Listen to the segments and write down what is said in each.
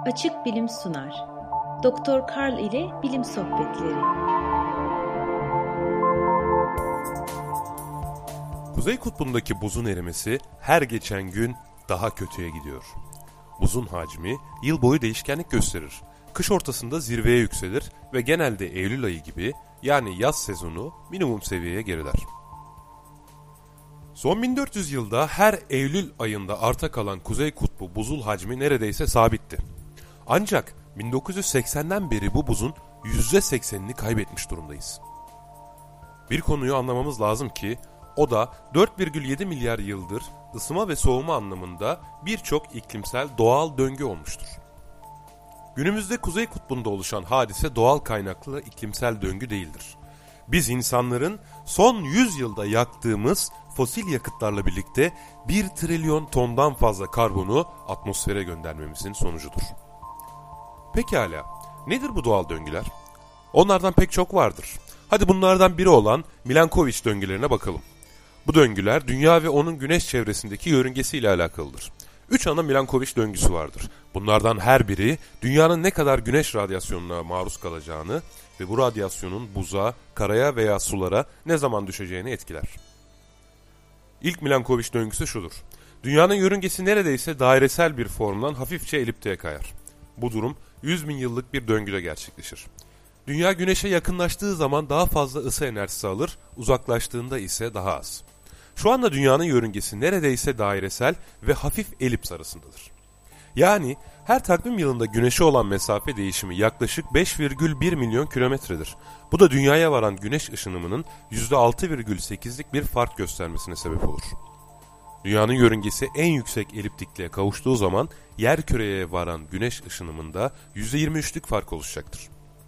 Açık Bilim sunar. Doktor Karl ile Bilim Sohbetleri. Kuzey Kutbu'ndaki buzun erimesi her geçen gün daha kötüye gidiyor. Buzun hacmi yıl boyu değişkenlik gösterir. Kış ortasında zirveye yükselir ve genelde Eylül ayı gibi, yani yaz sezonu minimum seviyeye geriler. Son 1400 yılda her Eylül ayında arta kalan Kuzey Kutbu buzul hacmi neredeyse sabitti. Ancak 1980'den beri bu buzun %80'ini kaybetmiş durumdayız. Bir konuyu anlamamız lazım ki o da 4,7 milyar yıldır ısıma ve soğuma anlamında birçok iklimsel doğal döngü olmuştur. Günümüzde Kuzey Kutbu'nda oluşan hadise doğal kaynaklı iklimsel döngü değildir. Biz insanların son 100 yılda yaktığımız fosil yakıtlarla birlikte 1 trilyon tondan fazla karbonu atmosfere göndermemizin sonucudur. Pekala, nedir bu doğal döngüler? Onlardan pek çok vardır. Hadi bunlardan biri olan Milankovic döngülerine bakalım. Bu döngüler dünya ve onun güneş çevresindeki yörüngesiyle alakalıdır. 3 ana Milankovic döngüsü vardır. Bunlardan her biri dünyanın ne kadar güneş radyasyonuna maruz kalacağını ve bu radyasyonun buza, karaya veya sulara ne zaman düşeceğini etkiler. İlk Milankovic döngüsü şudur. Dünyanın yörüngesi neredeyse dairesel bir formdan hafifçe eliptiğe kayar. Bu durum 100 bin yıllık bir döngüde gerçekleşir. Dünya güneşe yakınlaştığı zaman daha fazla ısı enerjisi alır, uzaklaştığında ise daha az. Şu anda dünyanın yörüngesi neredeyse dairesel ve hafif elips arasındadır. Yani her takvim yılında güneşe olan mesafe değişimi yaklaşık 5,1 milyon kilometredir. Bu da dünyaya varan güneş ışınımının %6,8'lik bir fark göstermesine sebep olur. Dünyanın yörüngesi en yüksek eliptikliğe kavuştuğu zaman yerküreye varan güneş ışınımında %23'lük fark oluşacaktır.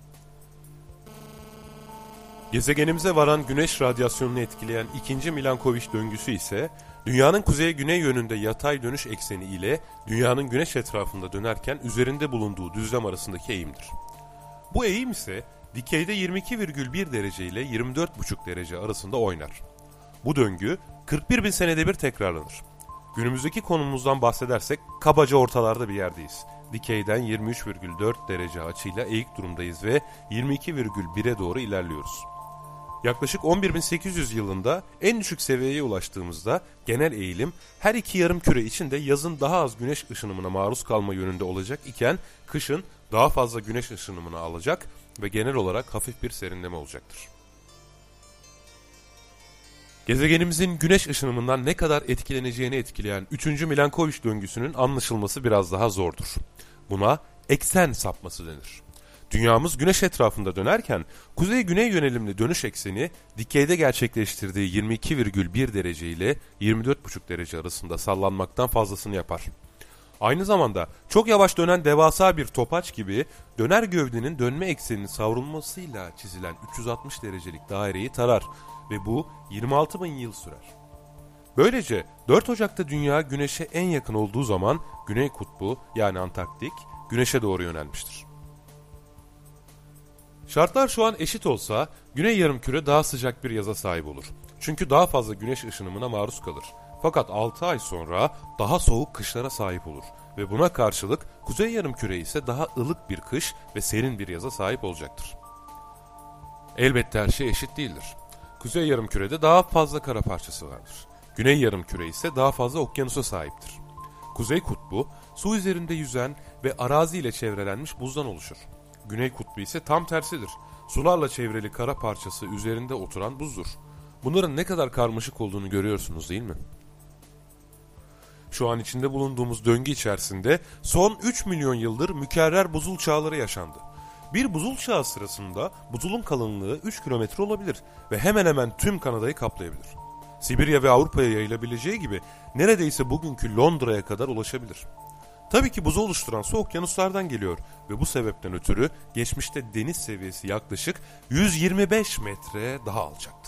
Gezegenimize varan güneş radyasyonunu etkileyen ikinci Milankovic döngüsü ise dünyanın kuzey-güney yönünde yatay dönüş ekseni ile dünyanın güneş etrafında dönerken üzerinde bulunduğu düzlem arasındaki eğimdir. Bu eğim ise dikeyde 22,1 derece ile 24,5 derece arasında oynar. Bu döngü 41 bin senede bir tekrarlanır. Günümüzdeki konumuzdan bahsedersek kabaca ortalarda bir yerdeyiz. Dikeyden 23,4 derece açıyla eğik durumdayız ve 22,1'e doğru ilerliyoruz. Yaklaşık 11.800 yılında en düşük seviyeye ulaştığımızda genel eğilim her iki yarım küre içinde yazın daha az güneş ışınımına maruz kalma yönünde olacak iken kışın daha fazla güneş ışınımını alacak ve genel olarak hafif bir serinleme olacaktır. Gezegenimizin güneş ışınımından ne kadar etkileneceğini etkileyen 3. Milankovic döngüsünün anlaşılması biraz daha zordur. Buna eksen sapması denir. Dünyamız güneş etrafında dönerken kuzey-güney yönelimli dönüş ekseni dikeyde gerçekleştirdiği 22,1 derece ile 24,5 derece arasında sallanmaktan fazlasını yapar. Aynı zamanda çok yavaş dönen devasa bir topaç gibi döner gövdenin dönme ekseninin savrulmasıyla çizilen 360 derecelik daireyi tarar ve bu 26 bin yıl sürer. Böylece 4 Ocak'ta Dünya Güneş'e en yakın olduğu zaman Güney Kutbu yani Antarktik Güneş'e doğru yönelmiştir. Şartlar şu an eşit olsa Güney Yarımküre daha sıcak bir yaza sahip olur. Çünkü daha fazla güneş ışınımına maruz kalır. Fakat 6 ay sonra daha soğuk kışlara sahip olur ve buna karşılık Kuzey Yarımküre ise daha ılık bir kış ve serin bir yaza sahip olacaktır. Elbette her şey eşit değildir. Kuzey Yarımküre'de daha fazla kara parçası vardır. Güney Yarımküre ise daha fazla okyanusa sahiptir. Kuzey Kutbu su üzerinde yüzen ve arazi ile çevrelenmiş buzdan oluşur. Güney Kutbu ise tam tersidir. Sularla çevrili kara parçası üzerinde oturan buzdur. Bunların ne kadar karmaşık olduğunu görüyorsunuz değil mi? Şu an içinde bulunduğumuz döngü içerisinde son 3 milyon yıldır mükerrer buzul çağları yaşandı. Bir buzul çağı sırasında buzulun kalınlığı 3 kilometre olabilir ve hemen hemen tüm Kanada'yı kaplayabilir. Sibirya ve Avrupa'ya yayılabileceği gibi neredeyse bugünkü Londra'ya kadar ulaşabilir. Tabii ki buzu oluşturan su okyanuslardan geliyor ve bu sebepten ötürü geçmişte deniz seviyesi yaklaşık 125 metre daha alçaktı.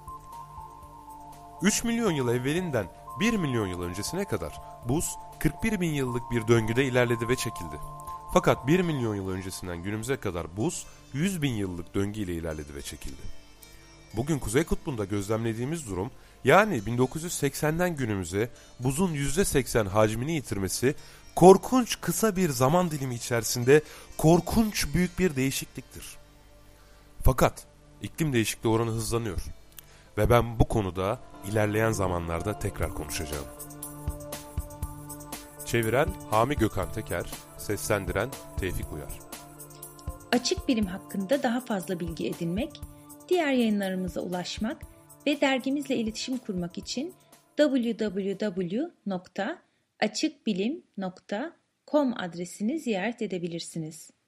3 milyon yıl evvelinden 1 milyon yıl öncesine kadar buz 41 bin yıllık bir döngüde ilerledi ve çekildi. Fakat 1 milyon yıl öncesinden günümüze kadar buz 100 bin yıllık döngü ile ilerledi ve çekildi. Bugün Kuzey Kutbu'nda gözlemlediğimiz durum, yani 1980'den günümüze buzun %80 hacmini yitirmesi korkunç kısa bir zaman dilimi içerisinde korkunç büyük bir değişikliktir. Fakat iklim değişikliği oranı hızlanıyor ve ben bu konuda ilerleyen zamanlarda tekrar konuşacağım. Çeviren Hami Gökhan Teker, seslendiren Tevfik Uyar. Açık Bilim hakkında daha fazla bilgi edinmek, diğer yayınlarımıza ulaşmak ve dergimizle iletişim kurmak için www.açıkbilim.com adresini ziyaret edebilirsiniz.